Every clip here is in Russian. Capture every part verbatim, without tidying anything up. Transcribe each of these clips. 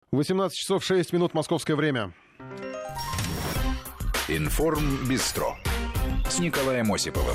восемнадцать часов шесть минут московское время. Информбистро с Николаем Осиповым.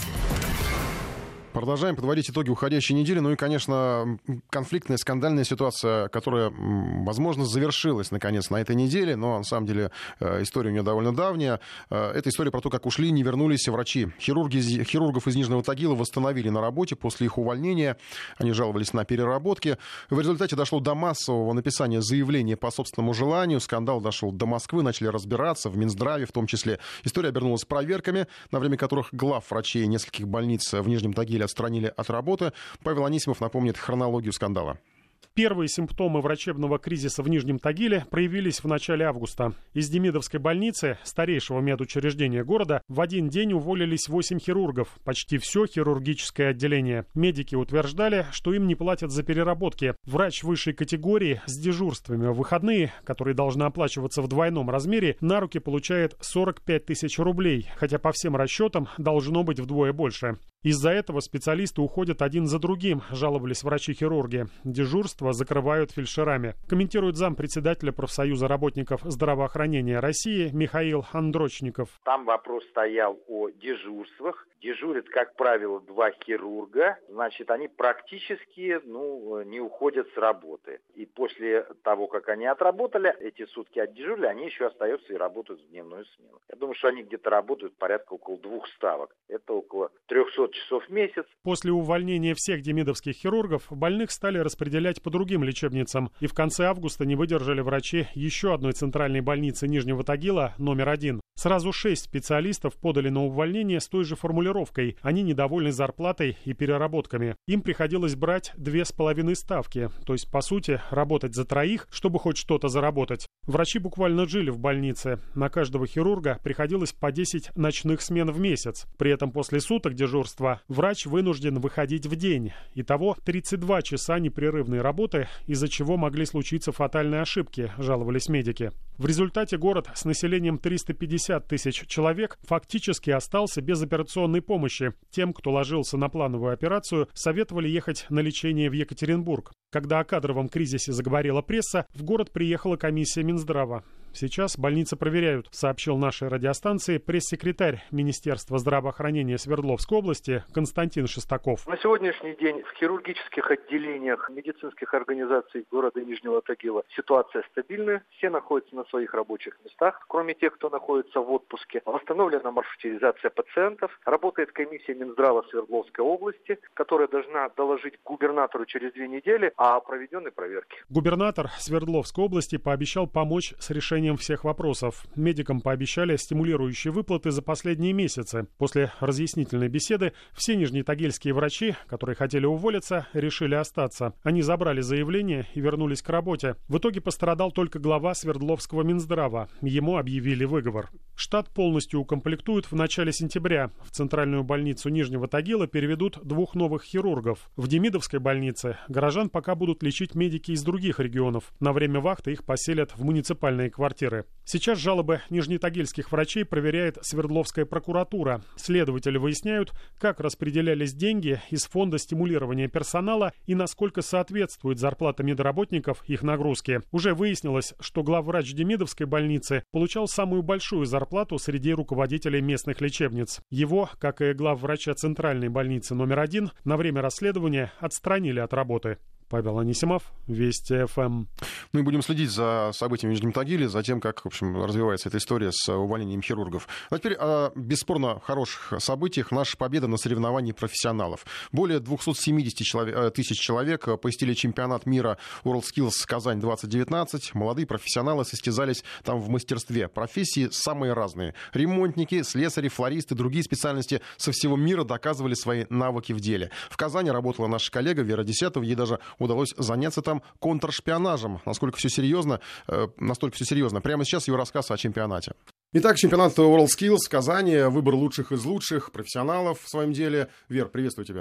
Продолжаем подводить итоги уходящей недели. Ну и, конечно, конфликтная, скандальная ситуация, которая, возможно, завершилась, наконец, на этой неделе, но, на самом деле, история у нее довольно давняя. Это история про то, как ушли, не вернулись врачи. Хирурги, хирургов из Нижнего Тагила восстановили на работе после их увольнения. Они жаловались на переработки. В результате дошло до массового написания заявления по собственному желанию. Скандал дошел до Москвы, начали разбираться в Минздраве в том числе. История обернулась проверками, на время которых глав врачей нескольких больниц в Нижнем Тагиле отстранили от работы. Павел Анисимов напомнит хронологию скандала. Первые симптомы врачебного кризиса в Нижнем Тагиле проявились в начале августа. Из Демидовской больницы, старейшего медучреждения города, в один день уволились восемь хирургов. Почти все хирургическое отделение. Медики утверждали, что им не платят за переработки. Врач высшей категории с дежурствами в выходные, которые должны оплачиваться в двойном размере, на руки получает сорок пять тысяч рублей, хотя по всем расчетам должно быть вдвое больше. Из-за этого специалисты уходят один за другим, жаловались врачи-хирурги. Дежурство закрывают фельдшерами. Комментирует зампредседателя профсоюза работников здравоохранения России Михаил Андрочников. Там вопрос стоял о дежурствах. Дежурят, как правило, два хирурга. Значит, они практически ну, не уходят с работы. И после того, как они отработали, эти сутки отдежурили, они еще остаются и работают в дневную смену. Я думаю, что они где-то работают порядка около двух ставок. Это около трехсот часов в месяц. После увольнения всех демидовских хирургов больных стали распределять по другим лечебницам. И в конце августа не выдержали врачи еще одной центральной больницы Нижнего Тагила, номер один. Сразу шесть специалистов подали на увольнение с той же формулировкой. Они недовольны зарплатой и переработками. Им приходилось брать две с половиной ставки. То есть, по сути, работать за троих, чтобы хоть что-то заработать. Врачи буквально жили в больнице. На каждого хирурга приходилось по десять ночных смен в месяц. При этом после суток дежурства врач вынужден выходить в день. Итого тридцать два часа непрерывной работы, из-за чего могли случиться фатальные ошибки, жаловались медики. В результате город с населением триста пятьдесят тысяч человек фактически остался без операционной помощи. Тем, кто ложился на плановую операцию, советовали ехать на лечение в Екатеринбург. Когда о кадровом кризисе заговорила пресса, в город приехала комиссия Минздрава. Сейчас больницы проверяют, сообщил нашей радиостанции пресс-секретарь Министерства здравоохранения Свердловской области Константин Шестаков. На сегодняшний день в хирургических отделениях медицинских организаций города Нижнего Тагила ситуация стабильная. Все находятся на своих рабочих местах, кроме тех, кто находится в отпуске. Восстановлена маршрутизация пациентов. Работает комиссия Минздрава Свердловской области, которая должна доложить губернатору через две недели о проведенной проверке. Губернатор Свердловской области пообещал помочь с решением всех вопросов. Медикам пообещали стимулирующие выплаты за последние месяцы. После разъяснительной беседы все нижнетагильские врачи, которые хотели уволиться, решили остаться. Они забрали заявление и вернулись к работе. В итоге пострадал только глава Свердловского Минздрава. Ему объявили выговор. Штат полностью укомплектуют в начале сентября. В центральную больницу Нижнего Тагила переведут двух новых хирургов. В Демидовской больнице горожан пока будут лечить медики из других регионов. На время вахты их поселят в муниципальные квартиры. Сейчас жалобы нижнетагильских врачей проверяет Свердловская прокуратура. Следователи выясняют, как распределялись деньги из фонда стимулирования персонала и насколько соответствует зарплата медработников их нагрузке. Уже выяснилось, что главврач Демидовской больницы получал самую большую зарплату среди руководителей местных лечебниц. Его, как и главврача центральной больницы номер один, на время расследования отстранили от работы. Павел Анисимов, Вести ФМ. Ну и будем следить за событиями в Нижнем Тагиле, за тем, как, в общем, развивается эта история с увольнением хирургов. А теперь о бесспорно хороших событиях. Наша победа на соревновании профессионалов. Более двести семьдесят тысяч человек посетили чемпионат мира WorldSkills Казань двадцать девятнадцать. Молодые профессионалы состязались там в мастерстве. Профессии самые разные. Ремонтники, слесари, флористы, другие специальности со всего мира доказывали свои навыки в деле. В Казани работала наша коллега Вера Десятова. Ей даже удалось заняться там контршпионажем. Насколько все серьезно, э, настолько все серьезно. Прямо сейчас ее рассказ о чемпионате. Итак, чемпионат WorldSkills в Казани. Выбор лучших из лучших профессионалов в своем деле. Вер, приветствую тебя.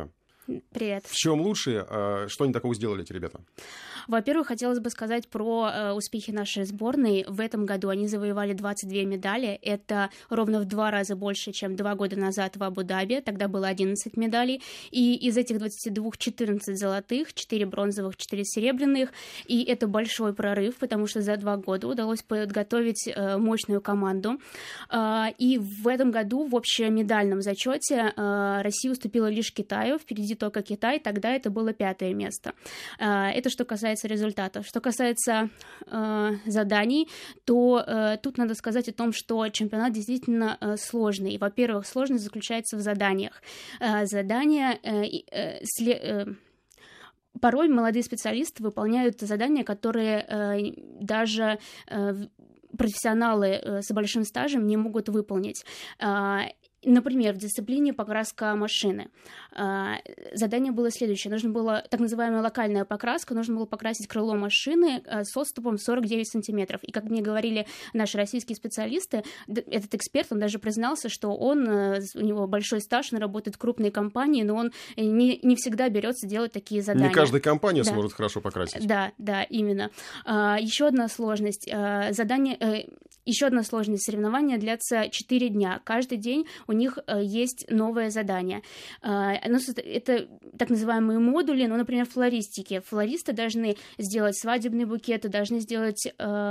Привет. В чем лучше? Что они такого сделали, эти ребята? Во-первых, хотелось бы сказать про э, успехи нашей сборной. В этом году они завоевали двадцать две медали. Это ровно в два раза больше, чем два года назад в Абу-Даби. Тогда было одиннадцать медалей. И из этих двадцати двух четырнадцать золотых, четыре бронзовых, четыре серебряных. И это большой прорыв, потому что за два года удалось подготовить э, мощную команду. Э, и в этом году в общемедальном зачете э, Россия уступила лишь Китаю. Впереди только Китай. Тогда это было пятое место. Э, это что касается результатов. Что касается э, заданий, то э, тут надо сказать о том, что чемпионат действительно э, сложный. Во-первых, сложность заключается в заданиях. Э, задания э, э, сле, э, порой молодые специалисты выполняют задания, которые э, даже э, профессионалы э, с большим стажем не могут выполнить. Э, Например, в дисциплине покраска машины задание было следующее. Нужно было, так называемая локальная покраска, нужно было покрасить крыло машины с отступом сорок девять сантиметров. И, как мне говорили наши российские специалисты, этот эксперт, он даже признался, что он, у него большой стаж, он работает в крупной компании, но он не, не всегда берется делать такие задания. Не каждая компания да. сможет хорошо покрасить. Да, да, именно. Еще одна сложность. Задание... Еще одна сложность. Соревнования длятся четыре дня. Каждый день у них есть новое задание. Это так называемые модули, ну, например, флористики. Флористы должны сделать свадебный букет, должны сделать...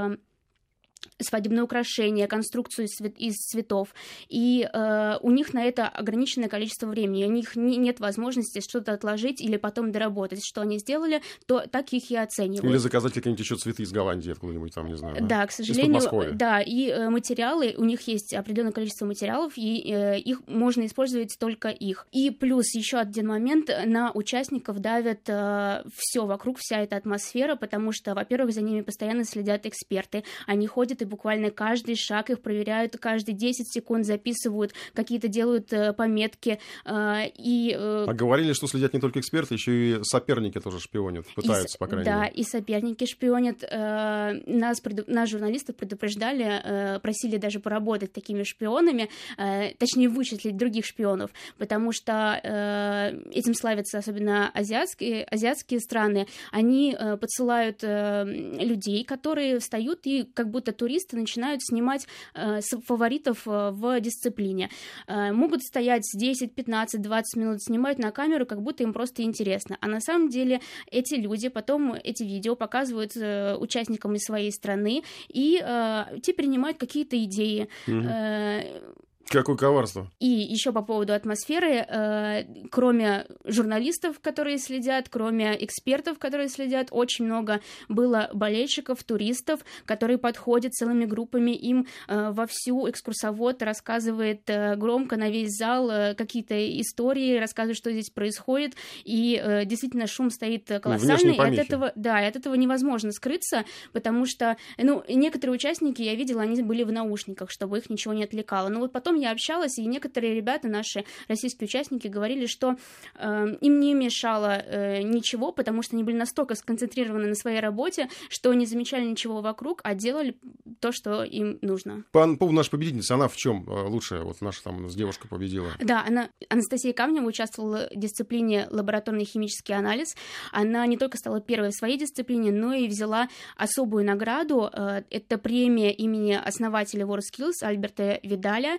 свадебное украшение, конструкцию из, цвет, из цветов. И э, у них на это ограниченное количество времени. У них не, нет возможности что-то отложить или потом доработать. Что они сделали, то так их и оценивают. Или заказать какие-нибудь еще цветы из Голландии откуда-нибудь там, не знаю. Да, да к сожалению. Да, и э, материалы, у них есть определенное количество материалов, и э, их можно использовать только их. И плюс еще один момент, на участников давят э, все вокруг, вся эта атмосфера, потому что, во-первых, за ними постоянно следят эксперты. Они ходят и буквально каждый шаг их проверяют, каждые десять секунд записывают, какие-то делают э, пометки. Э, и, э... А говорили, что следят не только эксперты, еще и соперники тоже шпионят, пытаются, и, по крайней да, мере. Да, и соперники шпионят. Э, нас, пред... нас журналистов предупреждали, э, просили даже поработать такими шпионами, э, точнее вычислить других шпионов, потому что э, этим славятся особенно азиатские, азиатские страны. Они э, подсылают э, людей, которые встают и как будто туристы начинают снимать э, фаворитов э, в дисциплине. Э, могут стоять десять, пятнадцать, двадцать минут, снимать на камеру, как будто им просто интересно. А на самом деле эти люди потом эти видео показывают э, участникам из своей страны, и э, те принимают какие-то идеи. Mm-hmm. Э, Какое коварство. И еще по поводу атмосферы, э, кроме журналистов, которые следят, кроме экспертов, которые следят, очень много было болельщиков, туристов, которые подходят целыми группами, им э, вовсю экскурсовод рассказывает э, громко на весь зал э, какие-то истории, рассказывает, что здесь происходит, и э, действительно шум стоит колоссальный, и от этого, да, и от этого невозможно скрыться, потому что, ну, некоторые участники, я видела, они были в наушниках, чтобы их ничего не отвлекало, но вот потом я общалась, и некоторые ребята, наши российские участники, говорили, что э, им не мешало э, ничего, потому что они были настолько сконцентрированы на своей работе, что не замечали ничего вокруг, а делали то, что им нужно. По поводу нашей победительницы, она в чем лучшая? Вот наша там с девушкой победила. Да, она, Анастасия Камнева участвовала в дисциплине лабораторный химический анализ. Она не только стала первой в своей дисциплине, но и взяла особую награду. Это премия имени основателя WorldSkills Альберта Видаля.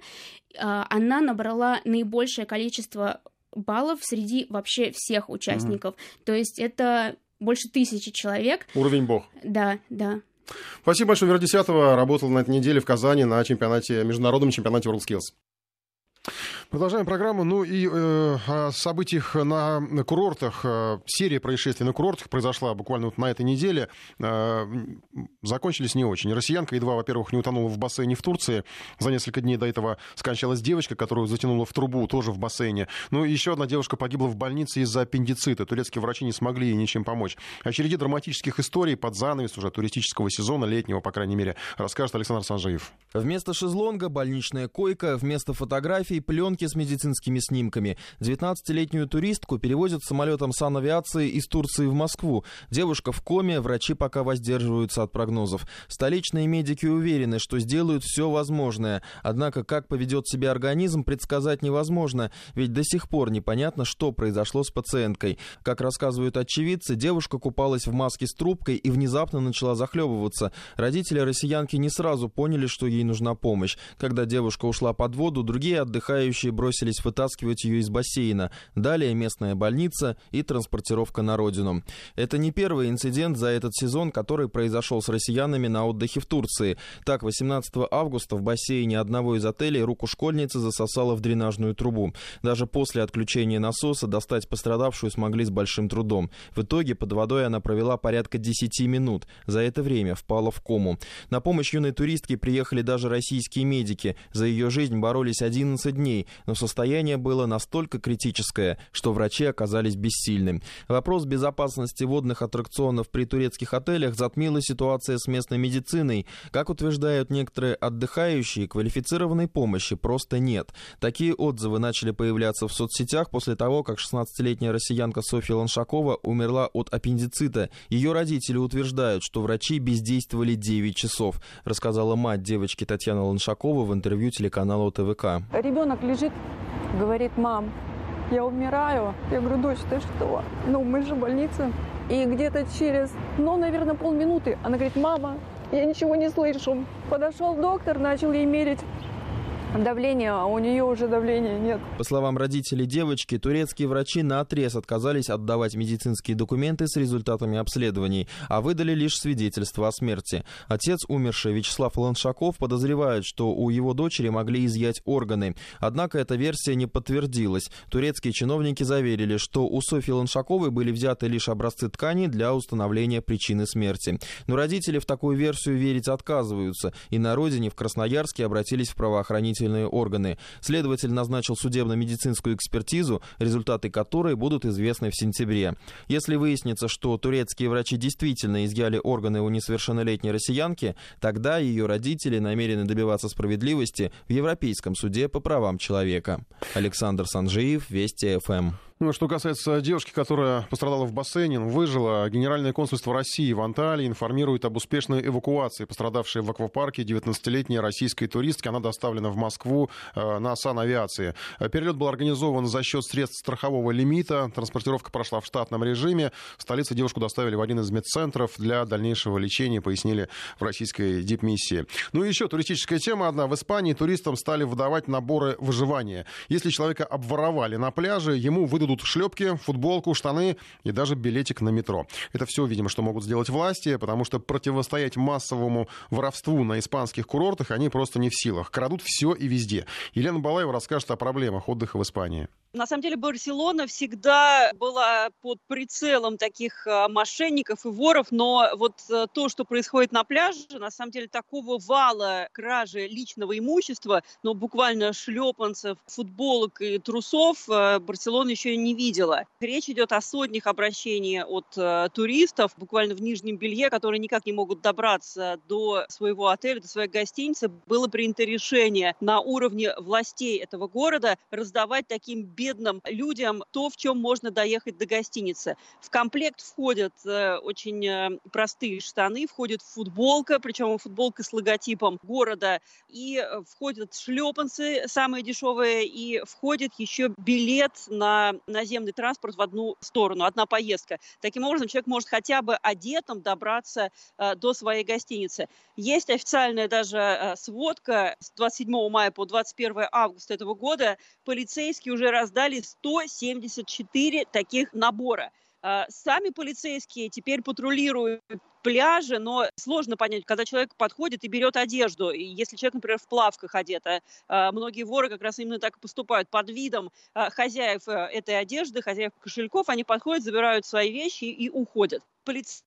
Она набрала наибольшее количество баллов среди вообще всех участников. Mm-hmm. То есть это больше тысячи человек. Уровень бог. Да, да. Спасибо большое. Вера Десятова работала на этой неделе в Казани на чемпионате, международном чемпионате WorldSkills. Продолжаем программу. Ну и э, о событиях на курортах. Э, серия происшествий на курортах произошла буквально вот на этой неделе. Э, закончились не очень. Россиянка едва, во-первых, не утонула в бассейне в Турции. За несколько дней до этого скончалась девочка, которую затянула в трубу, тоже в бассейне. Ну и еще одна девушка погибла в больнице из-за аппендицита. Турецкие врачи не смогли ей ничем помочь. О череде драматических историй под занавес уже туристического сезона, летнего, по крайней мере, расскажет Александр Санжиев. Вместо шезлонга больничная койка, вместо фотографий пленки пленки с медицинскими снимками. девятнадцатилетнюю туристку перевозят самолетом санавиации из Турции в Москву. Девушка в коме, врачи пока воздерживаются от прогнозов. Столичные медики уверены, что сделают все возможное. Однако, как поведет себя организм, предсказать невозможно, ведь до сих пор непонятно, что произошло с пациенткой. Как рассказывают очевидцы, девушка купалась в маске с трубкой и внезапно начала захлебываться. Родители россиянки не сразу поняли, что ей нужна помощь. Когда девушка ушла под воду, другие отдыхающие бросились вытаскивать ее из бассейна. Далее местная больница и транспортировка на родину. Это не первый инцидент за этот сезон, который произошел с россиянами на отдыхе в Турции. Так, восемнадцатого августа в бассейне одного из отелей руку школьницы засосало в дренажную трубу. Даже после отключения насоса достать пострадавшую смогли с большим трудом. В итоге под водой она провела порядка десяти минут. За это время впала в кому. На помощь юной туристке приехали даже российские медики. За ее жизнь боролись одиннадцать дней, но состояние было настолько критическое, что врачи оказались бессильны. Вопрос безопасности водных аттракционов при турецких отелях затмила ситуация с местной медициной. Как утверждают некоторые отдыхающие, квалифицированной помощи просто нет. Такие отзывы начали появляться в соцсетях после того, как шестнадцатилетняя россиянка Софья Ланшакова умерла от аппендицита. Ее родители утверждают, что врачи бездействовали девять часов, рассказала мать девочки Татьяна Ланшакова в интервью телеканалу тэ вэ ка. Ребенок лежит, говорит: мам, я умираю. Я говорю: дочь, ты что? Ну, мы же в больнице. И где-то через, ну, наверное, полминуты она говорит: мама, я ничего не слышу. Подошел доктор, начал ей мерить давление, а у нее уже давления нет. По словам родителей девочки, турецкие врачи наотрез отказались отдавать медицинские документы с результатами обследований, а выдали лишь свидетельство о смерти. Отец умершей Вячеслав Ланшаков подозревает, что у его дочери могли изъять органы. Однако эта версия не подтвердилась. Турецкие чиновники заверили, что у Софьи Ланшаковой были взяты лишь образцы тканей для установления причины смерти. Но родители в такую версию верить отказываются, и на родине, в Красноярске, обратились в правоохранительные органы. Следователь назначил судебно-медицинскую экспертизу, результаты которой будут известны в сентябре. Если выяснится, что турецкие врачи действительно изъяли органы у несовершеннолетней россиянки, тогда ее родители намерены добиваться справедливости в Европейском суде по правам человека. Александр Санжиев, Вести эф эм. Ну, что касается девушки, которая пострадала в бассейне, выжила, Генеральное консульство России в Анталии информирует об успешной эвакуации пострадавшей в аквапарке девятнадцатилетней российской туристки. Она доставлена в Москву э, на санавиации. Перелет был организован за счет средств страхового лимита. Транспортировка прошла в штатном режиме. В столице девушку доставили в один из медцентров для дальнейшего лечения, пояснили в российской дипмиссии. Ну и еще туристическая тема одна. В Испании туристам стали выдавать наборы выживания. Если человека обворовали на пляже, ему выдадут шлепки, футболку, штаны и даже билетик на метро. Это все, видимо, что могут сделать власти, потому что противостоять массовому воровству на испанских курортах они просто не в силах. Крадут все и везде. Елена Балаева расскажет о проблемах отдыха в Испании. На самом деле Барселона всегда была под прицелом таких мошенников и воров, но вот то, что происходит на пляже, на самом деле такого вала кражи личного имущества, но буквально шлепанцев, футболок и трусов Барселона еще не видела. Речь идет о сотнях обращений от туристов, буквально в нижнем белье, которые никак не могут добраться до своего отеля, до своей гостиницы. Было принято решение на уровне властей этого города раздавать таким бедным людям то, в чем можно доехать до гостиницы. В комплект входят э, очень э, простые штаны, входит футболка, причем футболка с логотипом города, и э, входят шлепанцы, самые дешевые, и входит еще билет на наземный транспорт в одну сторону, одна поездка. Таким образом, человек может хотя бы одетым добраться э, до своей гостиницы. Есть официальная даже э, сводка с двадцать седьмого мая по двадцать первого августа этого года. Полицейские уже раздали сто семьдесят четыре таких набора. Сами полицейские теперь патрулируют пляжи, но сложно понять, когда человек подходит и берет одежду. И если человек, например, в плавках одет, а многие воры как раз именно так и поступают. Под видом хозяев этой одежды, хозяев кошельков, они подходят, забирают свои вещи и уходят. Полицейские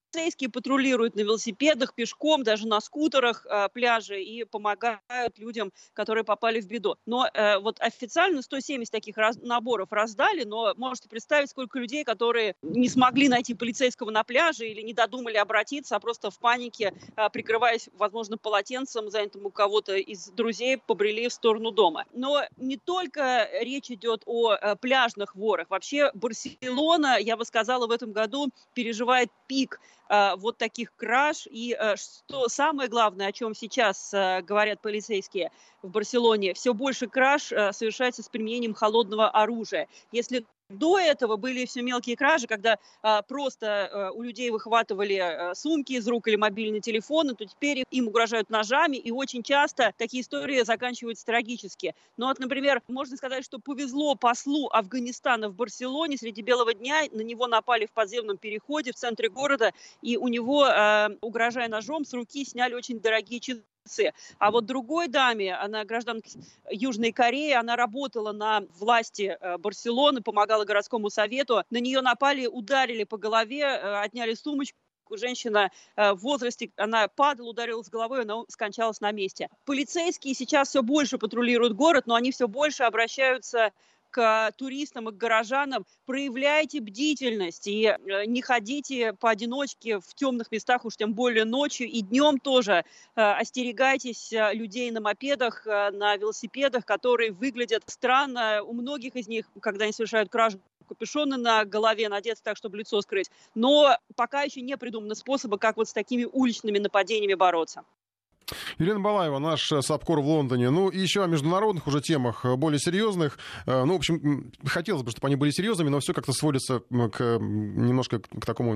Полицейские патрулируют на велосипедах, пешком, даже на скутерах э, пляжи и помогают людям, которые попали в беду. Но э, вот официально сто семьдесят таких раз, наборов раздали, но можете представить, сколько людей, которые не смогли найти полицейского на пляже или не додумали обратиться, а просто в панике, э, прикрываясь, возможно, полотенцем, занятым у кого-то из друзей, побрели в сторону дома. Но не только речь идет о э, пляжных ворах. Вообще Барселона, я бы сказала, в этом году переживает пик вот таких краж. И что самое главное, о чем сейчас говорят полицейские в Барселоне, все больше краж совершается с применением холодного оружия. Если до этого были все мелкие кражи, когда а, просто а, у людей выхватывали а, сумки из рук или мобильные телефоны, то теперь им угрожают ножами, и очень часто такие истории заканчиваются трагически. Ну вот, например, можно сказать, что повезло послу Афганистана в Барселоне. Среди белого дня на него напали в подземном переходе в центре города, и у него, а, угрожая ножом, с руки сняли очень дорогие часы. А вот другой даме, она гражданка Южной Кореи, она работала на власти Барселоны, помогала городскому совету. На нее напали, ударили по голове, отняли сумочку. Женщина в возрасте, она падала, ударилась головой, она скончалась на месте. Полицейские сейчас все больше патрулируют город, но они все больше обращаются к туристам и к горожанам: проявляйте бдительность и не ходите поодиночке в темных местах, уж тем более ночью, и днем тоже остерегайтесь людей на мопедах, на велосипедах, которые выглядят странно. У многих из них, когда они совершают кражу, капюшоны на голове надеты так, чтобы лицо скрыть. Но пока еще не придуманы способы, как вот с такими уличными нападениями бороться. Елена Балаева, наш САПКОР в Лондоне. Ну, и еще о международных уже темах, более серьезных. Ну, в общем, хотелось бы, чтобы они были серьезными, но все как-то сводится к немножко к такому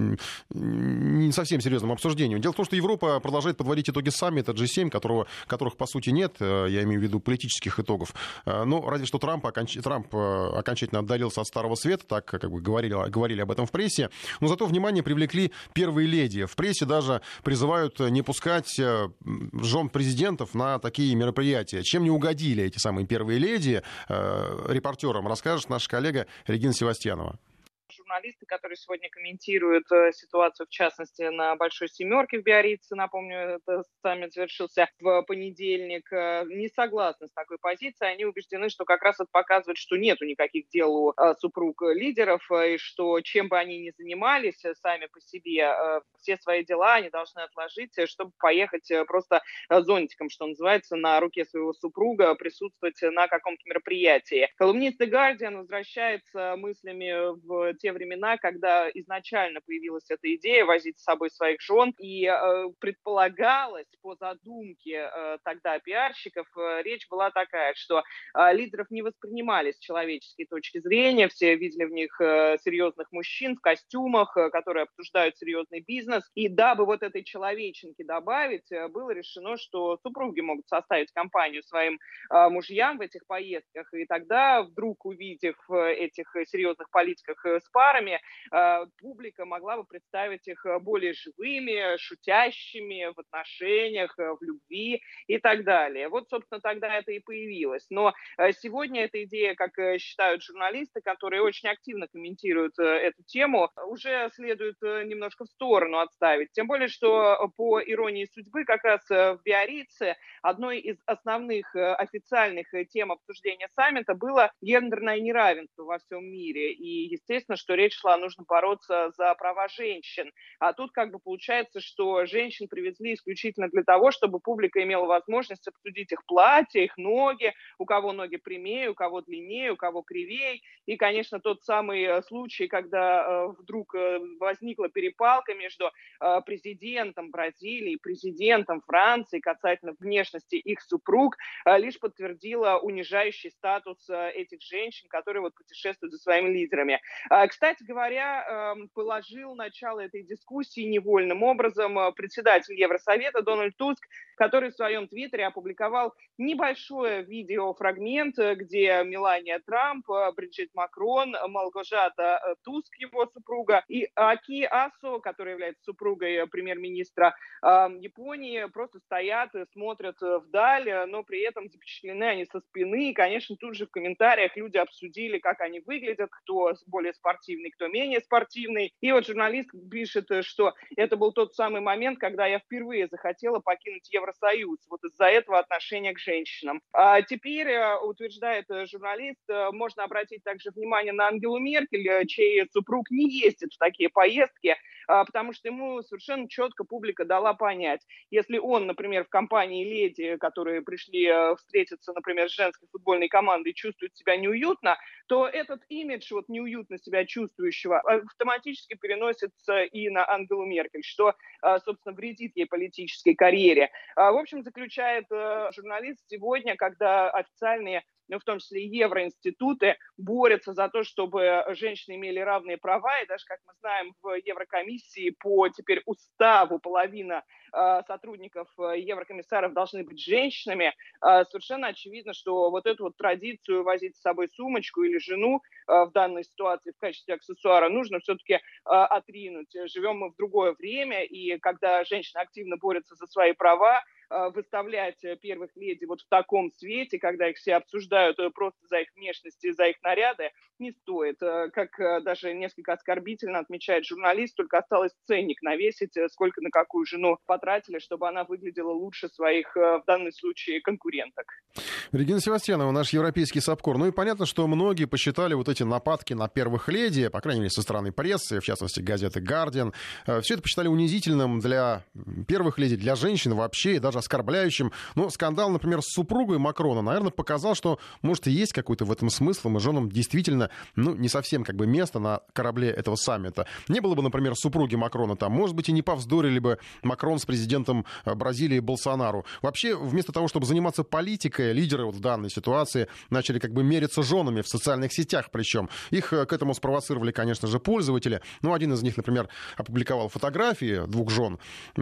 не совсем серьезному обсуждению. Дело в том, что Европа продолжает подводить итоги саммита джи семь, которого, которых, по сути, нет, я имею в виду политических итогов. Но разве что Трамп, оконч... Трамп окончательно отдалился от Старого Света, так как бы говорили, говорили об этом в прессе. Но зато внимание привлекли первые леди. В прессе даже призывают не пускать жен президентов на такие мероприятия. Чем не угодили эти самые первые леди, э, репортерам расскажет наша коллега Регина Севастьянова. Журналисты, которые сегодня комментируют э, ситуацию, в частности, на Большой Семерке в Биаррице, напомню, это саммит завершился в понедельник, э, не согласны с такой позицией. Они убеждены, что как раз это показывает, что нету никаких дел у э, супруг лидеров, э, и что чем бы они ни занимались э, сами по себе, э, все свои дела они должны отложить, э, чтобы поехать э, просто э, зонтиком, что называется, на руке своего супруга, присутствовать на каком-то мероприятии. Колумнист The Guardian возвращается мыслями в те времена, когда изначально появилась эта идея возить с собой своих жен, и э, предполагалось по задумке э, тогда пиарщиков, э, речь была такая, что э, лидеров не воспринимали с человеческой точки зрения, все видели в них э, серьезных мужчин в костюмах, э, которые обсуждают серьезный бизнес, и дабы вот этой человеченки добавить, э, было решено, что супруги могут составить компанию своим э, мужьям в этих поездках, и тогда вдруг, увидев э, этих серьезных политиков э, с парами, э, публика могла бы представить их более живыми, шутящими в отношениях, в любви и так далее. Вот, собственно, тогда это и появилось. Но э, сегодня эта идея, как э, считают журналисты, которые очень активно комментируют э, эту тему, уже следует э, немножко в сторону отставить. Тем более, что по иронии судьбы как раз э, в Биаррице одной из основных э, официальных э, тем обсуждения саммита было гендерное неравенство во всем мире. И, естественно, что речь шла, нужно бороться за права женщин. А тут как бы получается, что женщин привезли исключительно для того, чтобы публика имела возможность обсудить их платья, их ноги, у кого ноги прямее, у кого длиннее, у кого кривее. И, конечно, тот самый случай, когда э, вдруг э, возникла перепалка между э, президентом Бразилии и президентом Франции касательно внешности их супруг, э, лишь подтвердила унижающий статус э, этих женщин, которые вот путешествуют за своими лидерами. Э, кстати говоря, э, положил начало этой дискуссии невольным образом э, председатель Евросовета Дональд Туск, который в своем твиттере опубликовал небольшой видеофрагмент, где Мелания Трамп, Бриджит Макрон, Малгожата Туск, его супруга, и Аки Асо, которая является супругой премьер-министра э, Японии, просто стоят и смотрят вдаль, но при этом запечатлены они со спины. И, конечно, тут же в комментариях люди обсудили, как они выглядят, кто более спортивный, спортивный, кто менее спортивный. И вот журналист пишет, что это был тот самый момент, когда я впервые захотела покинуть Евросоюз. Вот из-за этого отношения к женщинам. А теперь, утверждает журналист, можно обратить также внимание на Ангелу Меркель, чей супруг не ездит в такие поездки, потому что ему совершенно четко публика дала понять, если он, например, в компании леди, которые пришли встретиться, например, с женской футбольной командой, чувствует себя неуютно, то этот имидж вот неуютно себя чувствующего автоматически переносится и на Ангелу Меркель, что, собственно, вредит ей политической карьере. В общем, заключает журналист сегодня, когда официальные, ну, в том числе и евроинституты, борются за то, чтобы женщины имели равные права. И даже, как мы знаем, в Еврокомиссии по теперь уставу половина э, сотрудников еврокомиссаров должны быть женщинами. Э, совершенно очевидно, что вот эту вот традицию возить с собой сумочку или жену э, в данной ситуации в качестве аксессуара нужно все-таки э, отринуть. Живем мы в другое время, и когда женщины активно борются за свои права, выставлять первых леди вот в таком свете, когда их все обсуждают просто за их внешность и за их наряды, не стоит. Как даже несколько оскорбительно отмечает журналист, только осталось ценник навесить, сколько на какую жену потратили, чтобы она выглядела лучше своих, в данном случае, конкуренток. Регина Севастьянова, наш европейский САПКОР. Ну и понятно, что многие посчитали вот эти нападки на первых леди, по крайней мере, со стороны прессы, в частности, газеты «Гардиан», все это посчитали унизительным для первых леди, для женщин вообще, и даже оскорбляющим. Но скандал, например, с супругой Макрона, наверное, показал, что, может, и есть какой-то в этом смысл, и женам действительно, ну, не совсем как бы место на корабле этого саммита. Не было бы, например, супруги Макрона там, может быть, и не повздорили бы Макрон с президентом Бразилии Болсонару. Вообще, вместо того, чтобы заниматься политикой, лидеры вот в данной ситуации начали как бы мериться женами в социальных сетях, причем. Их к этому спровоцировали, конечно же, пользователи. Ну, один из них, например, опубликовал фотографии двух жен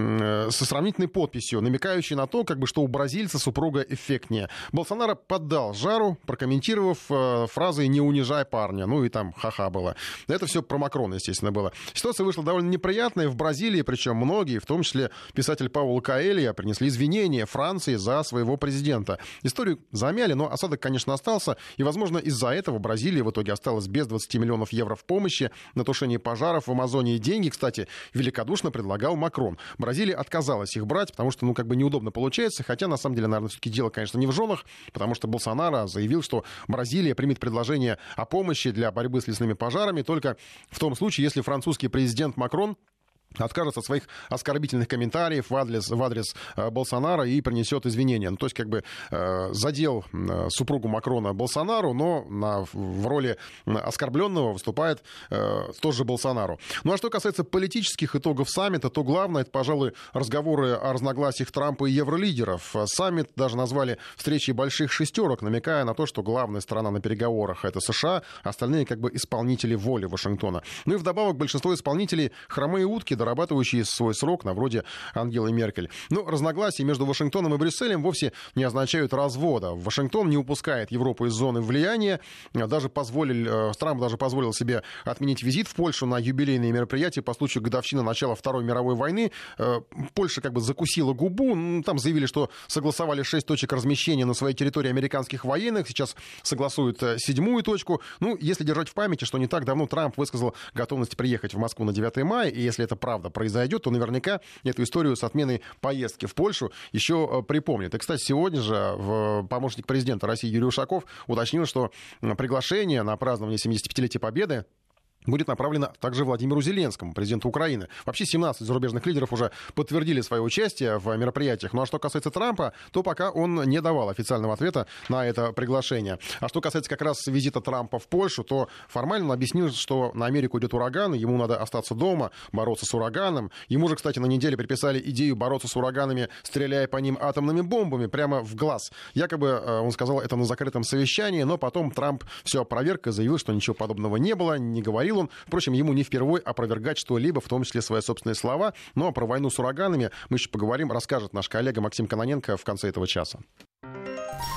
э, со сравнительной подписью, намекающей на то, как бы, что у бразильца супруга эффектнее. Болсонaro поддал жару, прокомментировав э, фразой «не унижай парня». Ну и там ха-ха было. Это все про Макрона, естественно, было. Ситуация вышла довольно неприятная в Бразилии, причем многие, в том числе писатель Пауло Коэльо, принесли извинения Франции за своего президента. Историю замяли, но осадок, конечно, остался. И, возможно, из-за этого Бразилия в итоге осталась без двадцати миллионов евро в помощи на тушение пожаров в Амазонии. Деньги, кстати, великодушно предлагал Макрон. Бразилия отказалась их брать, потому что, ну, как бы неудобно получается. Хотя, на самом деле, наверное, все-таки дело, конечно, не в женах, потому что Болсонaro заявил, что Бразилия примет предложение о помощи для борьбы с лесными пожарами только в том случае, если французский президент Макрон откажется от своих оскорбительных комментариев в адрес, в адрес э, Болсонaro и принесет извинения. Ну, то есть, как бы, э, задел э, супругу Макрона Болсонaro, но на, в роли оскорбленного выступает э, тоже Болсонaro. Ну, а что касается политических итогов саммита, то главное, это, пожалуй, разговоры о разногласиях Трампа и евролидеров. Саммит даже назвали встречей больших шестерок, намекая на то, что главная сторона на переговорах — это США, остальные, как бы, исполнители воли Вашингтона. Ну и вдобавок большинство исполнителей — хромые утки, дорабатывающие свой срок, на вроде Ангелы Меркель. Но разногласия между Вашингтоном и Брюсселем вовсе не означают развода. Вашингтон не упускает Европу из зоны влияния. Даже позволил, Трамп даже позволил себе отменить визит в Польшу на юбилейные мероприятия по случаю годовщины начала Второй мировой войны. Польша как бы закусила губу. Там заявили, что согласовали шесть точек размещения на своей территории американских военных. Сейчас согласуют седьмую точку. Ну, если держать в памяти, что не так давно Трамп высказал готовность приехать в Москву на девятое мая, и если это правда произойдет, то наверняка эту историю с отменой поездки в Польшу еще припомнят. И, кстати, сегодня же помощник президента России Юрий Ушаков уточнил, что приглашение на празднование семидесятипятилетия Победы будет направлено также Владимиру Зеленскому, президенту Украины. Вообще семнадцать зарубежных лидеров уже подтвердили свое участие в мероприятиях. Ну а что касается Трампа, то пока он не давал официального ответа на это приглашение. А что касается как раз визита Трампа в Польшу, то формально он объяснил, что на Америку идет ураган, ему надо остаться дома, бороться с ураганом. Ему же, кстати, на неделе приписали идею бороться с ураганами, стреляя по ним атомными бомбами прямо в глаз. Якобы он сказал это на закрытом совещании, но потом Трамп все опроверг и заявил, что ничего подобного не было, не говорил он. Впрочем, ему не впервой опровергать что-либо, в том числе свои собственные слова. Но про войну с ураганами мы еще поговорим, расскажет наш коллега Максим Кононенко в конце этого часа.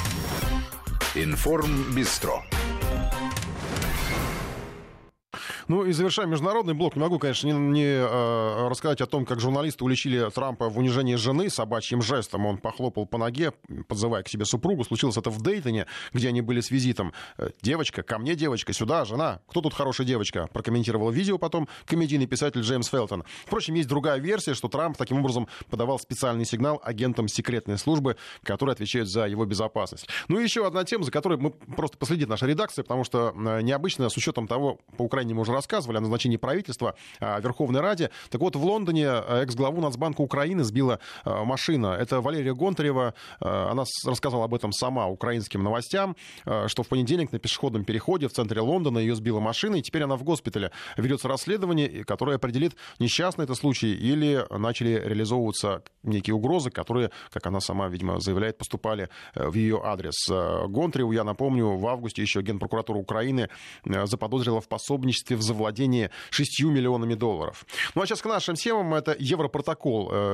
Информбистро. Ну и завершая международный блок, не могу, конечно, не, не э, рассказать о том, как журналисты уличили Трампа в унижении жены собачьим жестом. Он похлопал по ноге, подзывая к себе супругу. Случилось это в Дейтоне, где они были с визитом. «Девочка, ко мне, девочка, сюда, жена. Кто тут хорошая девочка?» Прокомментировал видео потом комедийный писатель Джеймс Фелтон. Впрочем, есть другая версия, что Трамп таким образом подавал специальный сигнал агентам секретной службы, которые отвечают за его безопасность. Ну и еще одна тема, за которой мы просто последит наша редакция, потому что необычно, с учетом того, по Украине мы уже рассказывали о назначении правительства о Верховной Раде. Так вот, в Лондоне экс-главу Нацбанка Украины сбила машина. Это Валерия Гонтарева. Она рассказала об этом сама украинским новостям, что в понедельник на пешеходном переходе в центре Лондона ее сбила машина, и теперь она в госпитале. Ведется расследование, которое определит, несчастный это случай или начали реализовываться некие угрозы, которые, как она сама, видимо, заявляет, поступали в ее адрес. Гонтареву, я напомню, в августе еще Генпрокуратура Украины заподозрила в пособничестве в завладении шестью миллионами долларов. Ну а сейчас к нашим темам. Это Европротокол.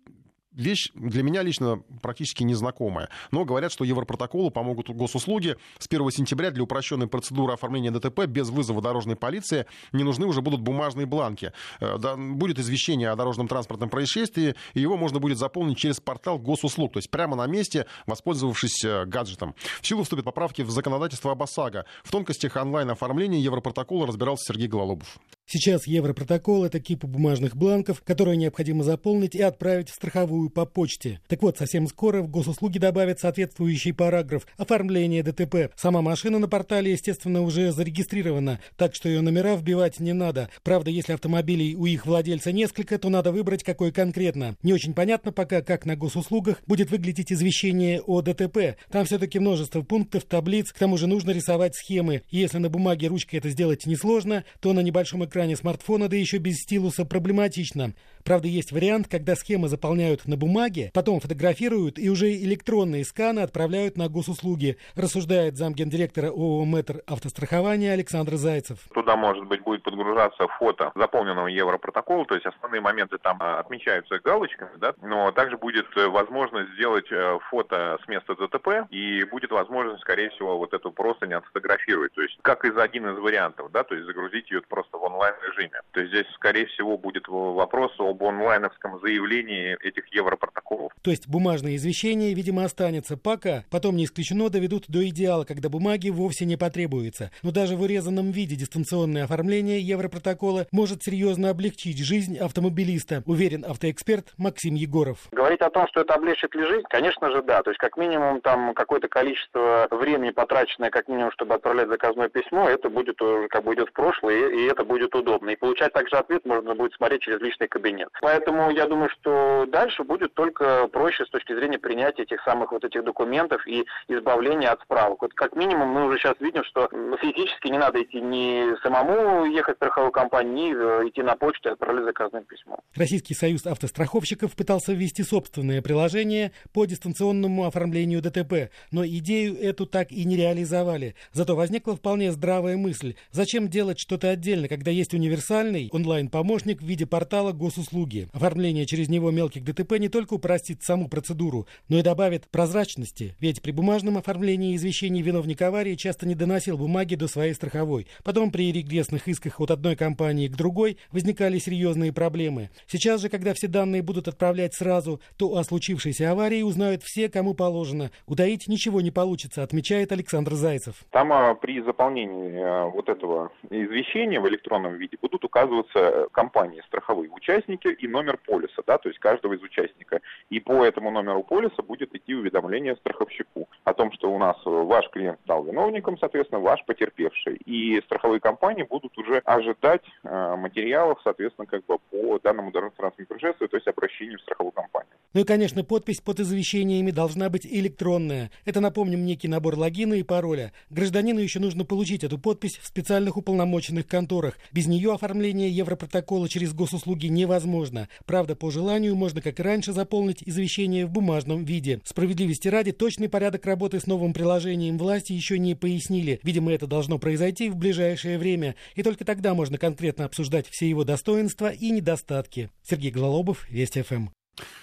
Вещь для меня лично практически незнакомая. Но говорят, что Европротоколу помогут госуслуги. С первого сентября для упрощенной процедуры оформления ДТП без вызова дорожной полиции не нужны уже будут бумажные бланки. Будет извещение о дорожном транспортном происшествии, и его можно будет заполнить через портал госуслуг, то есть прямо на месте, воспользовавшись гаджетом. В силу вступят поправки в законодательство об ОСАГО. В тонкостях онлайн-оформления Европротокола разбирался Сергей Гололобов. Сейчас Европротокол — это кипа бумажных бланков, которые необходимо заполнить и отправить в страховую по почте. Так вот, совсем скоро в госуслуги добавят соответствующий параграф «Оформление ДТП». Сама машина на портале, естественно, уже зарегистрирована, так что ее номера вбивать не надо. Правда, если автомобилей у их владельца несколько, то надо выбрать, какой конкретно. Не очень понятно пока, как на госуслугах будет выглядеть извещение о ДТП. Там все-таки множество пунктов, таблиц, к тому же нужно рисовать схемы. И если на бумаге ручкой это сделать несложно, то на небольшом экране смартфона, да еще без стилуса, проблематично. Правда, есть вариант, когда схемы заполняют на бумаге, потом фотографируют и уже электронные сканы отправляют на госуслуги, рассуждает замгендиректора ООО «Мэтр автострахования» Александр Зайцев. Туда, может быть, будет подгружаться фото заполненного Европротокола, то есть основные моменты там отмечаются галочками, да, но также будет возможность сделать фото с места ДТП, и будет возможность, скорее всего, вот эту просто не отфотографировать, то есть как из один из вариантов, да, то есть загрузить ее просто в онлайн-режиме. То есть здесь, скорее всего, будет вопрос об онлайновском заявлении этих Европротоколов. То есть бумажное извещение, видимо, останется пока. Потом, не исключено, доведут до идеала, когда бумаги вовсе не потребуется. Но даже в урезанном виде дистанционное оформление Европротокола может серьезно облегчить жизнь автомобилиста, уверен автоэксперт Максим Егоров. Говорить о том, что это облегчит ли жизнь, конечно же, да. То есть, как минимум, там какое-то количество времени, потраченное, как минимум, чтобы отправлять заказное письмо, это будет уже как бы идет в прошлое, и это будет удобно. И получать также ответ можно будет смотреть через личный кабинет. Поэтому я думаю, что дальше будет только проще с точки зрения принятия этих самых вот этих документов и избавления от справок. Вот как минимум мы уже сейчас видим, что физически не надо идти ни самому ехать в страховую компанию, ни идти на почту и отправлять заказное письмо. Российский союз автостраховщиков пытался ввести собственное приложение по дистанционному оформлению ДТП, но идею эту так и не реализовали. Зато возникла вполне здравая мысль. Зачем делать что-то отдельно, когда есть универсальный онлайн-помощник в виде портала госуслуги? Оформление через него мелких ДТП не только упростит саму процедуру, но и добавит прозрачности. Ведь при бумажном оформлении извещений виновник аварии часто не доносил бумаги до своей страховой. Потом при регрессных исках от одной компании к другой возникали серьезные проблемы. Сейчас же, когда все данные будут отправлять сразу, то о случившейся аварии узнают все, кому положено. Утаить ничего не получится, отмечает Александр Зайцев. Там а, при заполнении а, вот этого извещения в электронном виде будут указываться компании страховые участники и номер полиса, да, то есть каждого из участника. И по этому номеру полиса будет идти уведомление страховщику о том, что у нас ваш клиент стал виновником, соответственно, ваш потерпевший. И страховые компании будут уже ожидать э, материалов, соответственно, как бы по данному дорожно-транспортному происшествию, то есть обращению в страховую компанию. Ну и, конечно, подпись под извещениями должна быть электронная. Это, напомним, некий набор логина и пароля. Гражданину еще нужно получить эту подпись в специальных уполномоченных конторах. Без нее оформление Европротокола через госуслуги невозможно. Правда, по желанию можно, как и раньше, заполнить извещение в бумажном виде. Справедливости ради, точный порядок работы с новым приложением власти еще не пояснили. Видимо, это должно произойти в ближайшее время. И только тогда можно конкретно обсуждать все его достоинства и недостатки. Сергей Гололобов, Вести ФМ.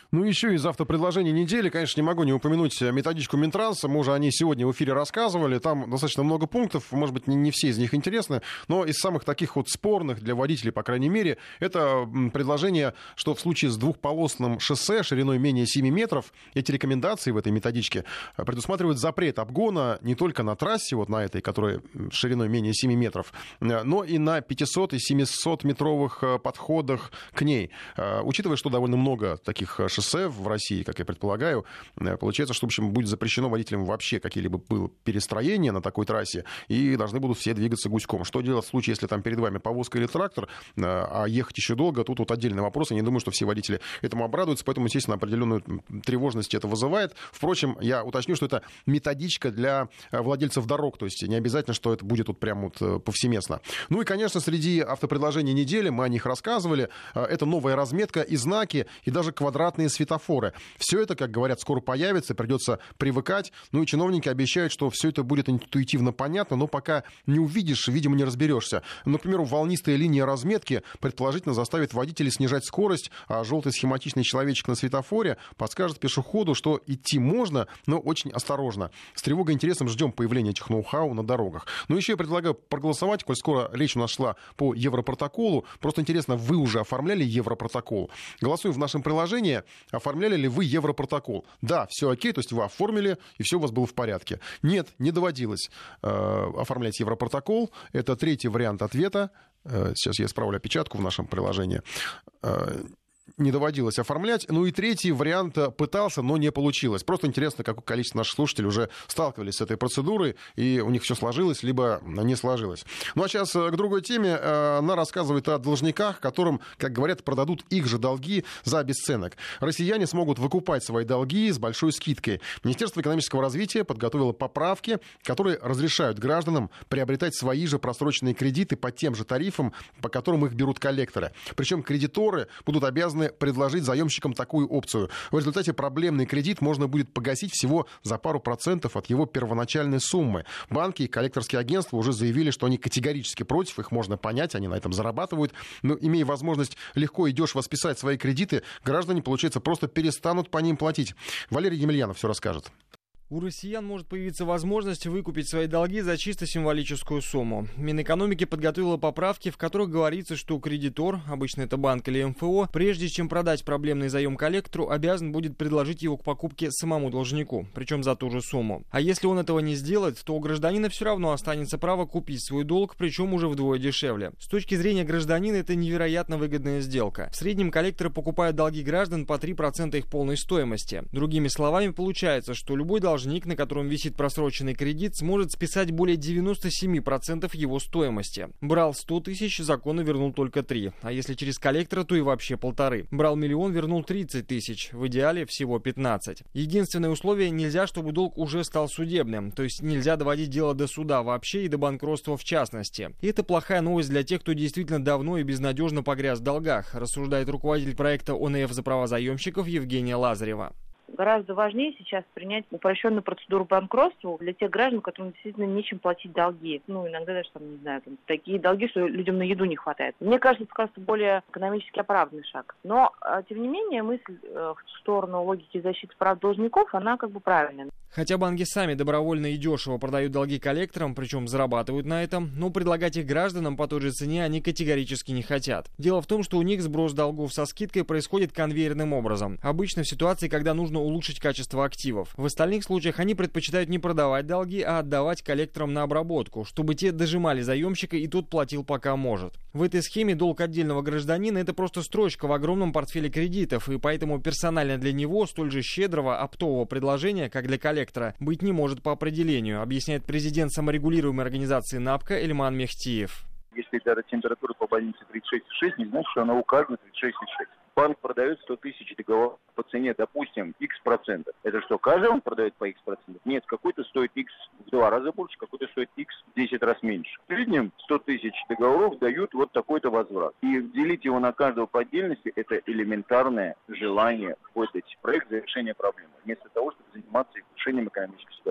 Ну, еще из автопредложений недели, конечно, не могу не упомянуть методичку Минтранса. Мы уже о ней сегодня в эфире рассказывали. Там достаточно много пунктов, может быть, не, не все из них интересны, но из самых таких вот спорных для водителей, по крайней мере, это предложение, что в случае с двухполосным шоссе шириной менее семи метров, эти рекомендации в этой методичке предусматривают запрет обгона не только на трассе, вот на этой, которая шириной менее семи метров, но и на пятисот и семисотметровых подходах к ней. Учитывая, что довольно много таких шоссе шоссе в России, как я предполагаю, получается, что, в общем, будет запрещено водителям вообще какие-либо перестроения на такой трассе, и должны будут все двигаться гуськом. Что делать в случае, если там перед вами повозка или трактор, а ехать еще долго? Тут вот отдельный вопрос. Я не думаю, что все водители этому обрадуются, поэтому, естественно, определенную тревожность это вызывает. Впрочем, я уточню, что это методичка для владельцев дорог, то есть не обязательно, что это будет вот прям вот повсеместно. Ну и, конечно, среди автопредложений недели, мы о них рассказывали, это новая разметка и знаки, и даже квадратные светофоры. Все это, как говорят, скоро появится, придется привыкать. Ну и чиновники обещают, что все это будет интуитивно понятно, но пока не увидишь, видимо, не разберешься. Например, волнистая линия разметки предположительно заставит водителей снижать скорость, а желтый схематичный человечек на светофоре подскажет пешеходу, что идти можно, но очень осторожно. С тревогой и интересом ждем появления этих ноу-хау на дорогах. Ну еще я предлагаю проголосовать, коль скоро речь у нас шла по Европротоколу. Просто интересно, вы уже оформляли Европротокол? Голосуем в нашем приложении. Оформляли ли вы Европротокол? Да, все окей, то есть вы оформили, и все у вас было в порядке. Нет, не доводилось э, оформлять Европротокол. Это третий вариант ответа. Э, сейчас я исправлю опечатку в нашем приложении. Э, не доводилось оформлять. Ну и третий вариант пытался, но не получилось. Просто интересно, какое количество наших слушателей уже сталкивались с этой процедурой, и у них все сложилось, либо не сложилось. Ну а сейчас к другой теме. Она рассказывает о должниках, которым, как говорят, продадут их же долги за бесценок. Россияне смогут выкупать свои долги с большой скидкой. Министерство экономического развития подготовило поправки, которые разрешают гражданам приобретать свои же просроченные кредиты по тем же тарифам, по которым их берут коллекторы. Причем кредиторы будут обязаны предложить заемщикам такую опцию. В результате проблемный кредит можно будет погасить всего за пару процентов от его первоначальной суммы. Банки и коллекторские агентства уже заявили, что они категорически против, их можно понять, они на этом зарабатывают. Но имея возможность легко и дешево списать свои кредиты, граждане, получается, просто перестанут по ним платить. Валерий Емельянов все расскажет. У россиян может появиться возможность выкупить свои долги за чисто символическую сумму. Минэкономики подготовила поправки, в которых говорится, что кредитор, обычно это банк или эм эф о, прежде чем продать проблемный заем коллектору, обязан будет предложить его к покупке самому должнику, причем за ту же сумму. А если он этого не сделает, то у гражданина все равно останется право купить свой долг, причем уже вдвое дешевле. С точки зрения гражданина это невероятно выгодная сделка. В среднем коллекторы покупают долги граждан по три процента их полной стоимости. Другими словами, получается, что любой должник Должник, на котором висит просроченный кредит, сможет списать более девяносто семь процентов его стоимости. Брал сто тысяч, законно вернул только три. А если через коллектора, то и вообще полторы. Брал миллион, вернул тридцать тысяч. В идеале всего пятнадцать. Единственное условие — нельзя, чтобы долг уже стал судебным. То есть нельзя доводить дело до суда вообще и до банкротства в частности. И это плохая новость для тех, кто действительно давно и безнадежно погряз в долгах, рассуждает руководитель проекта о эн эф за права заемщиков Евгения Лазарева. Гораздо важнее сейчас принять упрощенную процедуру банкротства для тех граждан, которым действительно нечем платить долги. Ну, иногда даже, там, не знаю, там, такие долги, что людям на еду не хватает. Мне кажется, это, кажется, более экономически оправданный шаг. Но, тем не менее, мысль в сторону логики защиты прав должников, она как бы правильная. Хотя банки сами добровольно и дешево продают долги коллекторам, причем зарабатывают на этом, но предлагать их гражданам по той же цене они категорически не хотят. Дело в том, что у них сброс долгов со скидкой происходит конвейерным образом. Обычно в ситуации, когда нужно улучшить качество активов. В остальных случаях они предпочитают не продавать долги, а отдавать коллекторам на обработку, чтобы те дожимали заемщика и тот платил пока может. В этой схеме долг отдельного гражданина — это просто строчка в огромном портфеле кредитов, и поэтому персонально для него столь же щедрого оптового предложения, как для коллектора, быть не может по определению, объясняет президент саморегулируемой организации НАПКО Эльман Мехтиев. Если даже температура по больнице тридцать шесть и шесть, не значит, что она указана тридцать шесть и шесть. Банк продает сто тысяч договоров по цене, допустим, X процентов. Это что, каждый он продает по X процентов? Нет, какой-то стоит X в два раза больше, какой-то стоит X в десять раз меньше. В среднем сто тысяч договоров дают вот такой-то возврат. И делить его на каждого по отдельности — это элементарное желание входить в проект за решение проблемы, вместо того, чтобы заниматься решением экономической ситуации.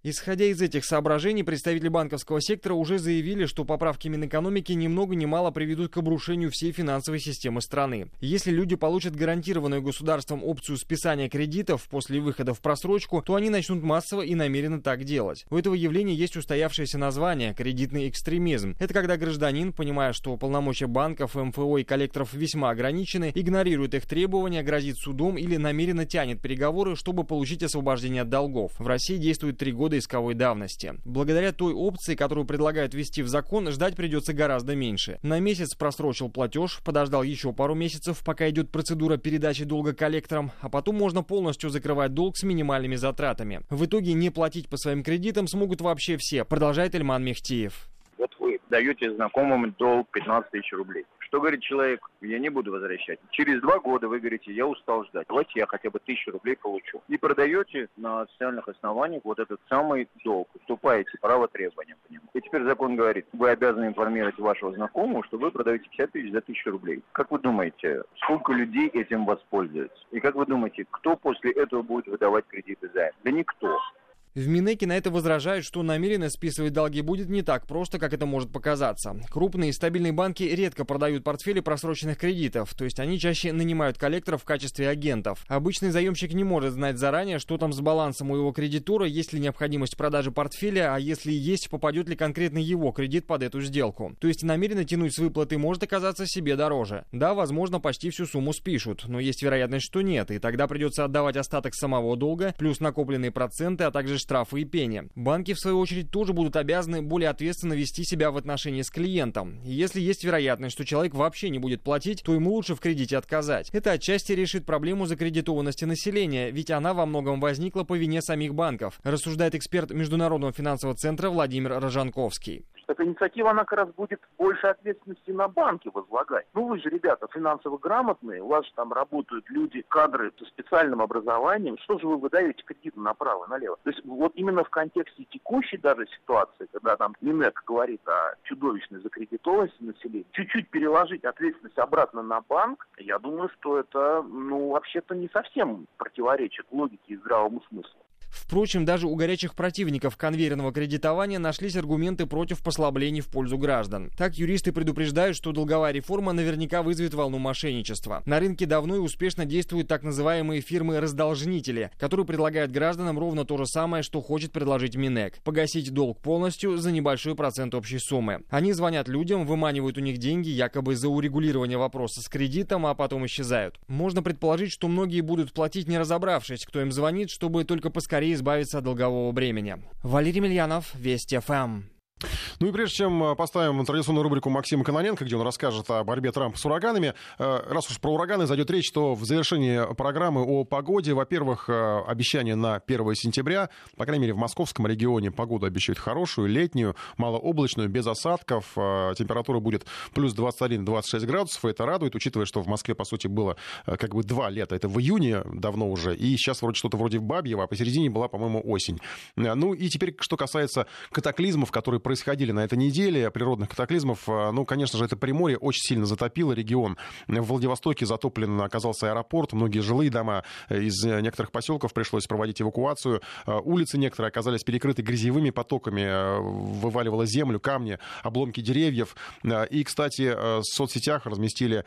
Исходя из этих соображений, представители банковского сектора уже заявили, что поправки Минэкономики ни много ни мало приведут к обрушению всей финансовой системы страны. Если люди получат гарантированную государством опцию списания кредитов после выхода в просрочку, то они начнут массово и намеренно так делать. У этого явления есть устоявшееся название – кредитный экстремизм. Это когда гражданин, понимая, что полномочия банков, эм эф о и коллекторов весьма ограничены, игнорирует их требования, грозит судом или намеренно тянет переговоры, чтобы получить освобождение от долгов. В России действует три года исковой давности. Благодаря той опции, которую предлагают ввести в закон, ждать придется гораздо меньше. На месяц просрочил платеж, подождал еще пару месяцев, пока идет процедура передачи долга коллекторам, а потом можно полностью закрывать долг с минимальными затратами. В итоге не платить по своим кредитам смогут вообще все, продолжает Ильман Мехтиев. Вот вы даете знакомым долг пятнадцать тысяч рублей. Что говорит человек? Я не буду возвращать. Через два года вы говорите, я устал ждать. Давайте я хотя бы тысячу рублей получу. И продаете на официальных основаниях вот этот самый долг. Уступаете право требования по нему. И теперь закон говорит, вы обязаны информировать вашего знакомого, что вы продаете пятьдесят тысяч за тысячу рублей. Как вы думаете, сколько людей этим воспользуется? И как вы думаете, кто после этого будет выдавать кредиты займ? Да никто. В Минэке на это возражают, что намеренно списывать долги будет не так просто, как это может показаться. Крупные и стабильные банки редко продают портфели просроченных кредитов, то есть они чаще нанимают коллекторов в качестве агентов. Обычный заемщик не может знать заранее, что там с балансом у его кредитора, есть ли необходимость продажи портфеля, а если есть, попадет ли конкретно его кредит под эту сделку. То есть намеренно тянуть с выплаты может оказаться себе дороже. Да, возможно, почти всю сумму спишут, но есть вероятность, что нет, и тогда придется отдавать остаток самого долга, плюс накопленные проценты, а также штрафы и пени. Банки, в свою очередь, тоже будут обязаны более ответственно вести себя в отношении с клиентом. И если есть вероятность, что человек вообще не будет платить, то ему лучше в кредите отказать. Это отчасти решит проблему закредитованности населения, ведь она во многом возникла по вине самих банков, рассуждает эксперт Международного финансового центра Владимир Рожанковский. Эта инициатива, она как раз будет больше ответственности на банки возлагать. Ну вы же, ребята, финансово грамотные, у вас же там работают люди, кадры со специальным образованием. Что же вы выдаете кредиты направо и налево? То есть вот именно в контексте текущей даже ситуации, когда там Минэк говорит о чудовищной закредитованности населения, чуть-чуть переложить ответственность обратно на банк, я думаю, что это, ну, вообще-то не совсем противоречит логике и здравому смыслу. Впрочем, даже у горячих противников конвейерного кредитования нашлись аргументы против послаблений в пользу граждан. Так, юристы предупреждают, что долговая реформа наверняка вызовет волну мошенничества. На рынке давно и успешно действуют так называемые фирмы-раздолжнители, которые предлагают гражданам ровно то же самое, что хочет предложить Минэк – погасить долг полностью за небольшой процент общей суммы. Они звонят людям, выманивают у них деньги якобы за урегулирование вопроса с кредитом, а потом исчезают. Можно предположить, что многие будут платить, не разобравшись, кто им звонит, чтобы только поскорее избавиться от долгового бремени. Валерий Мильянов, Вести эф эм. Ну и прежде чем поставим традиционную рубрику Максима Кононенко, где он расскажет о борьбе Трампа с ураганами, раз уж про ураганы зайдет речь, то в завершении программы о погоде, во-первых, обещание на первое сентября, по крайней мере в московском регионе погоду обещают хорошую, летнюю, малооблачную, без осадков, температура будет плюс двадцать один - двадцать шесть градусов, и это радует, учитывая, что в Москве, по сути, было как бы два лета, это в июне давно уже, и сейчас вроде что-то вроде Бабьего, а посередине была, по-моему, осень. Ну и теперь, что касается катаклизмов, которые происходили на этой неделе, природных катаклизмов, ну, конечно же, это Приморье очень сильно затопило регион. В Владивостоке затоплен оказался аэропорт, многие жилые дома, из некоторых поселков пришлось проводить эвакуацию. Улицы некоторые оказались перекрыты грязевыми потоками, вываливало землю, камни, обломки деревьев. И, кстати, в соцсетях разместили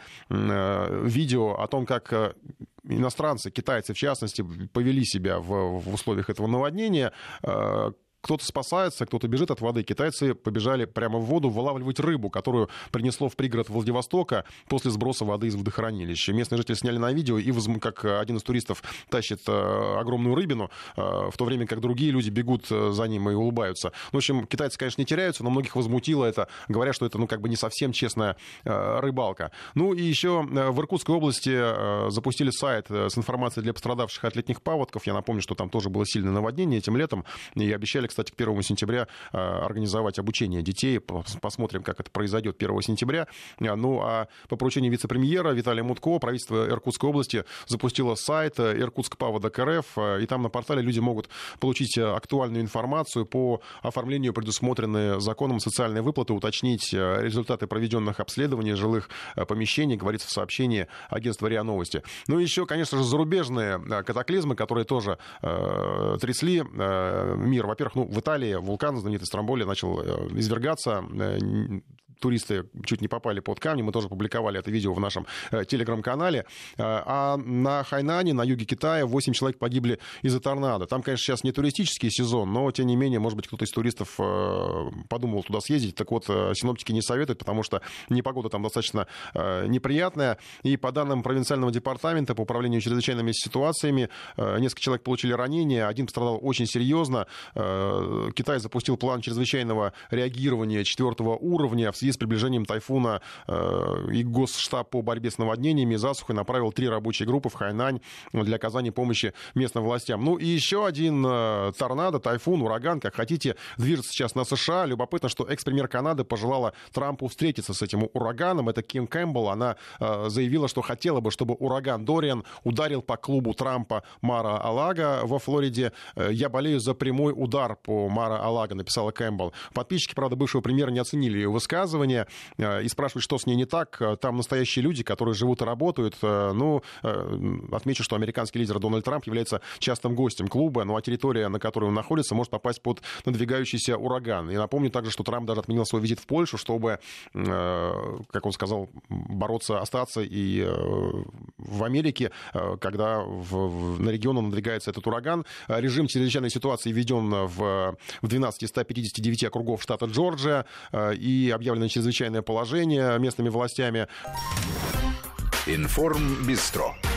видео о том, как иностранцы, китайцы в частности, повели себя в, в условиях этого наводнения. Кто-то спасается, кто-то бежит от воды. Китайцы побежали прямо в воду вылавливать рыбу, которую принесло в пригород Владивостока после сброса воды из водохранилища. Местные жители сняли на видео, и как один из туристов тащит огромную рыбину, в то время как другие люди бегут за ним и улыбаются. В общем, китайцы, конечно, не теряются, но многих возмутило это, говоря, что это, ну, как бы не совсем честная рыбалка. Ну и еще в Иркутской области запустили сайт с информацией для пострадавших от летних паводков. Я напомню, что там тоже было сильное наводнение этим летом, и обещали, кстати, к первому сентября организовать обучение детей. Посмотрим, как это произойдет первого сентября. Ну, а по поручению вице-премьера Виталия Мутко правительство Иркутской области запустило сайт Иркутск Паводок РФ, и там на портале люди могут получить актуальную информацию по оформлению предусмотренной законом социальной выплаты, уточнить результаты проведенных обследований жилых помещений, говорится в сообщении агентства РИА Новости. Ну и еще, конечно же, зарубежные катаклизмы, которые тоже э, трясли э, мир. Во-первых, ну, ну, в Италии вулкан знаменитый Стромболи начал извергаться. Туристы чуть не попали под камни. Мы тоже публиковали это видео в нашем э, телеграм-канале. Э, а на Хайнане, на юге Китая, восемь человек погибли из-за торнадо. Там, конечно, сейчас не туристический сезон, но, тем не менее, может быть, кто-то из туристов э, подумал туда съездить. Так вот, э, синоптики не советуют, потому что непогода там достаточно э, неприятная. И по данным провинциального департамента по управлению чрезвычайными ситуациями, э, несколько человек получили ранения, один пострадал очень серьезно. Э, Китай запустил план чрезвычайного реагирования четвертого уровня. В связи с приближением тайфуна э, и Госштаб по борьбе с наводнениями и засухой направил три рабочие группы в Хайнань для оказания помощи местным властям. Ну и еще один э, торнадо, тайфун, ураган, как хотите, движется сейчас на США. Любопытно, что экс-премьер Канады пожелала Трампу встретиться с этим ураганом. Это Ким Кэмпбелл. Она э, заявила, что хотела бы, чтобы ураган Дориан ударил по клубу Трампа Мара-а-Лаго во Флориде. «Я болею за прямой удар по Мара-а-Лаго», написала Кэмпбелл. Подписчики, правда, бывшего премьера не оценили ее высказывание и спрашивают, что с ней не так. Там настоящие люди, которые живут и работают. Ну, отмечу, что американский лидер Дональд Трамп является частым гостем клуба, ну а территория, на которой он находится, может попасть под надвигающийся ураган. И напомню также, что Трамп даже отменил свой визит в Польшу, чтобы, как он сказал, бороться, остаться и в Америке, когда в, на регион надвигается этот ураган. Режим чрезвычайной ситуации введен в, в двенадцати из ста пятидесяти девяти округов штата Джорджия и объявлено чрезвычайное положение местными властями. Информбистро.